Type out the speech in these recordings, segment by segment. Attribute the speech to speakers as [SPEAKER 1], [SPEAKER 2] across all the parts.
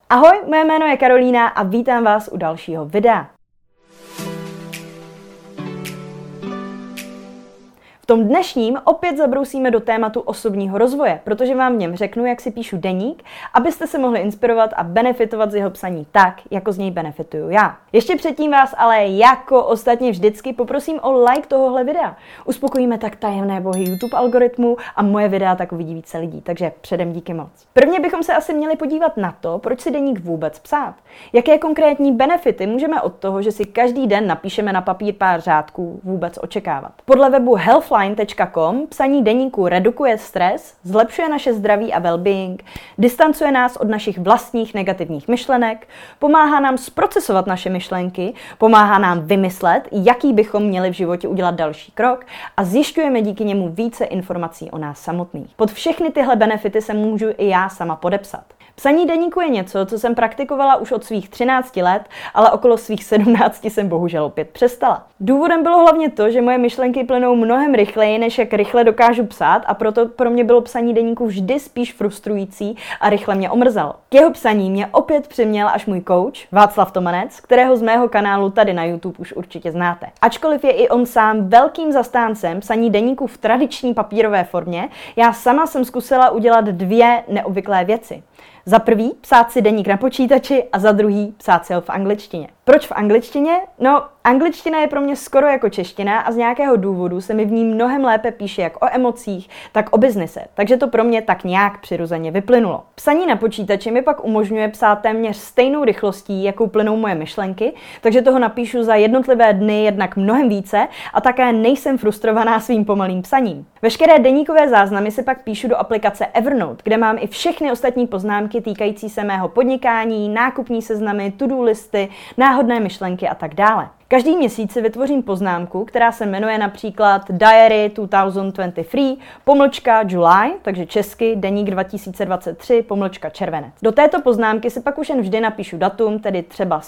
[SPEAKER 1] Ahoj, moje jméno je Karolína a vítám vás u dalšího videa. V tom dnešním opět zabrousíme do tématu osobního rozvoje, protože vám v něm řeknu, jak si píšu deník, abyste se mohli inspirovat a benefitovat z jeho psaní tak, jako z něj benefituju já. Ještě předtím vás ale jako ostatně vždycky poprosím o like tohohle videa. Uspokojíme tak tajemné bohy YouTube algoritmu a moje videa tak uvidí více lidí, takže předem díky moc. Prvně bychom se asi měli podívat na to, proč si deník vůbec psát. Jaké konkrétní benefity můžeme od toho, že si každý den napíšeme na papír pár řádků, vůbec očekávat. Podle webu healthline.com psaní deníku redukuje stres, zlepšuje naše zdraví a well-being, distancuje nás od našich vlastních negativních myšlenek, pomáhá nám zprocesovat naše myšlenky, pomáhá nám vymyslet, jaký bychom měli v životě udělat další krok a zjišťujeme díky němu více informací o nás samotných. Pod všechny tyhle benefity se můžu i já sama podepsat. Psaní deníku je něco, co jsem praktikovala už od svých 13 let, ale okolo svých 17 jsem bohužel opět přestala. Důvodem bylo hlavně to, že moje myšlenky plynou mnohem rychleji, než jak rychle dokážu psát, a proto pro mě bylo psaní deníku vždy spíš frustrující a rychle mě omrzelo. K jeho psaní mě opět přiměl až můj coach Václav Tomanec, kterého z mého kanálu tady na YouTube už určitě znáte. Ačkoliv je i on sám velkým zastáncem psaní deníku v tradiční papírové formě, já sama jsem zkusila udělat dvě neobvyklé věci. Za prvý psát si deník na počítači a za druhý psát si ho v angličtině. Proč v angličtině? No, angličtina je pro mě skoro jako čeština a z nějakého důvodu se mi v ní mnohem lépe píše jak o emocích, tak o biznise, takže to pro mě tak nějak přirozeně vyplynulo. Psaní na počítači mi pak umožňuje psát téměř stejnou rychlostí, jakou plynou moje myšlenky, takže toho napíšu za jednotlivé dny jednak mnohem více a také nejsem frustrovaná svým pomalým psaním. Veškeré deníkové záznamy si pak píšu do aplikace Evernote, kde mám i všechny ostatní poznámky týkající se mého podnikání, nákupní seznamy, to-do listy, náhodné myšlenky a tak dále. Každý měsíc si vytvořím poznámku, která se jmenuje například Diary 2023 July, takže česky deník 2023 červenec. Do této poznámky si pak už jen vždy napíšu datum, tedy třeba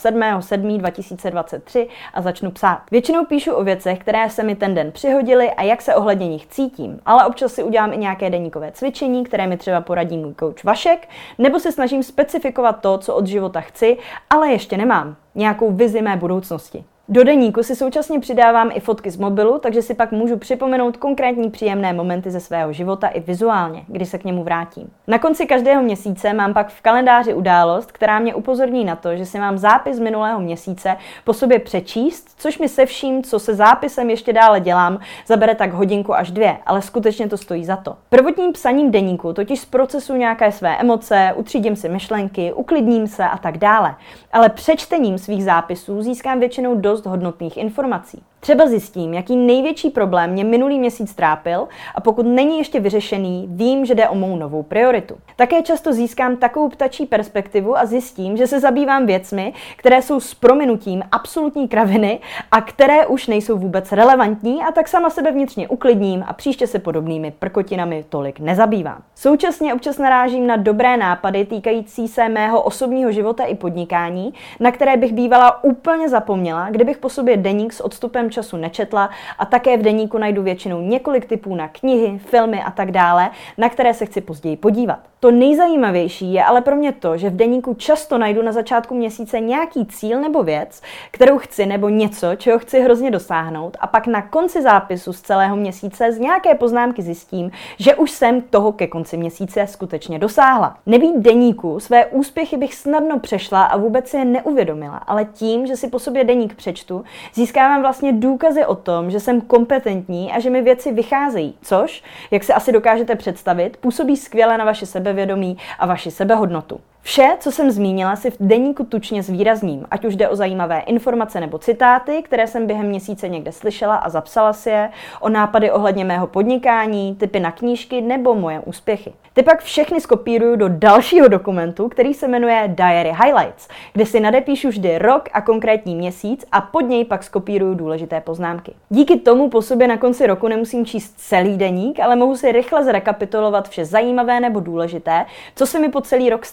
[SPEAKER 1] 7.7.2023 a začnu psát. Většinou píšu o věcech, které se mi ten den přihodily a jak se ohledně nich cítím, ale občas si udělám i nějaké deníkové cvičení, které mi třeba poradí můj coach Vašek, nebo se snažím specifikovat to, co od života chci, ale ještě nemám. Nějakou vizi mé budoucnosti. Do deníku si současně přidávám i fotky z mobilu, takže si pak můžu připomenout konkrétní příjemné momenty ze svého života i vizuálně, kdy se k němu vrátím. Na konci každého měsíce mám pak v kalendáři událost, která mě upozorní na to, že si mám zápis z minulého měsíce po sobě přečíst, což mi se vším, co se zápisem ještě dále dělám, zabere tak hodinku až 2, ale skutečně to stojí za to. Prvotním psaním deníku totiž zprocesuju nějaké své emoce, utřídím si myšlenky, uklidním se a tak dále. Ale přečtením svých zápisů získám většinou dost hodnotných informací. Třeba zjistím, jaký největší problém mě minulý měsíc trápil a pokud není ještě vyřešený, vím, že jde o mou novou prioritu. Také často získám takovou ptačí perspektivu a zjistím, že se zabývám věcmi, které jsou s prominutím absolutní kraviny a které už nejsou vůbec relevantní, a tak sama sebe vnitřně uklidním a příště se podobnými prkotinami tolik nezabývám. Současně občas narážím na dobré nápady týkající se mého osobního života i podnikání, na které bych bývala úplně zapomněla, kdybych po sobě deník s odstupem času nečetla, a také v deníku najdu většinou několik tipů na knihy, filmy a tak dále, na které se chci později podívat. To nejzajímavější je ale pro mě to, že v deníku často najdu na začátku měsíce nějaký cíl nebo věc, kterou chci, nebo něco, čeho chci hrozně dosáhnout, a pak na konci zápisu z celého měsíce z nějaké poznámky zjistím, že už jsem toho ke konci měsíce skutečně dosáhla. Nebýt deníku, své úspěchy bych snadno přešla a vůbec si je neuvědomila, ale tím, že si po sobě deník přečtu, získávám vlastně důkazy o tom, že jsem kompetentní a že mi věci vycházejí, což, jak si asi dokážete představit, působí skvěle na vaše sebevědomí a vaši sebehodnotu. Vše, co jsem zmínila, si v deníku tučně zvýrazním, ať už jde o zajímavé informace nebo citáty, které jsem během měsíce někde slyšela a zapsala si je, o nápady ohledně mého podnikání, tipy na knížky nebo moje úspěchy. Ty pak všechny skopíruju do dalšího dokumentu, který se jmenuje Diary Highlights, kde si nadepíšu vždy rok a konkrétní měsíc a pod něj pak skopíruju důležité poznámky. Díky tomu po sobě na konci roku nemusím číst celý deník, ale mohu si rychle zrekapitulovat vše zajímavé nebo důležité, co se mi po celý rok stalo.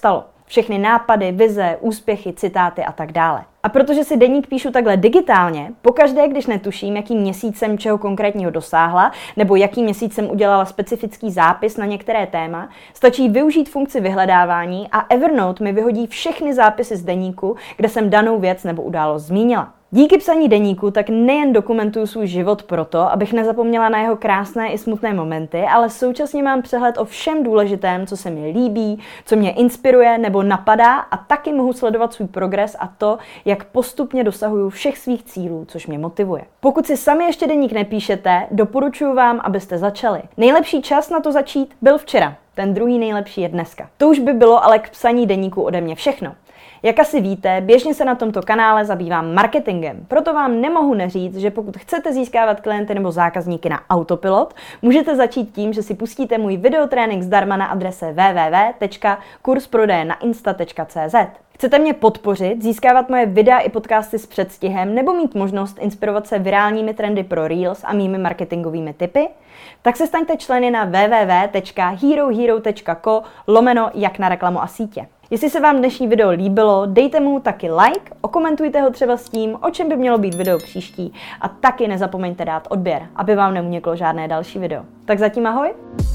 [SPEAKER 1] Všechny nápady, vize, úspěchy, citáty a tak dále. A protože si deník píšu takhle digitálně, pokaždé, když netuším, jakým měsícem čeho konkrétního dosáhla, nebo jaký měsíc jsem udělala specifický zápis na některé téma, stačí využít funkci vyhledávání a Evernote mi vyhodí všechny zápisy z deníku, kde jsem danou věc nebo událost zmínila. Díky psaní deníku tak nejen dokumentuju svůj život proto, abych nezapomněla na jeho krásné i smutné momenty, ale současně mám přehled o všem důležitém, co se mi líbí, co mě inspiruje nebo napadá a taky mohu sledovat svůj progres a to, jak postupně dosahuju všech svých cílů, což mě motivuje. Pokud si sami ještě deník nepíšete, doporučuji vám, abyste začali. Nejlepší čas na to začít byl včera, ten druhý nejlepší je dneska. To už by bylo ale k psaní deníku ode mě všechno. Jak asi víte, běžně se na tomto kanále zabývám marketingem, proto vám nemohu neříct, že pokud chcete získávat klienty nebo zákazníky na autopilot, můžete začít tím, že si pustíte můj videotrénink zdarma na adrese www.kursprodejnainsta.cz. Chcete mě podpořit, získávat moje videa i podcasty s předstihem nebo mít možnost inspirovat se virálními trendy pro Reels a mými marketingovými tipy? Tak se staňte členy na www.herohero.co/jak na reklamu a sítě. Jestli se vám dnešní video líbilo, dejte mu taky like, okomentujte ho třeba s tím, o čem by mělo být video příští a taky nezapomeňte dát odběr, aby vám neuniklo žádné další video. Tak zatím ahoj!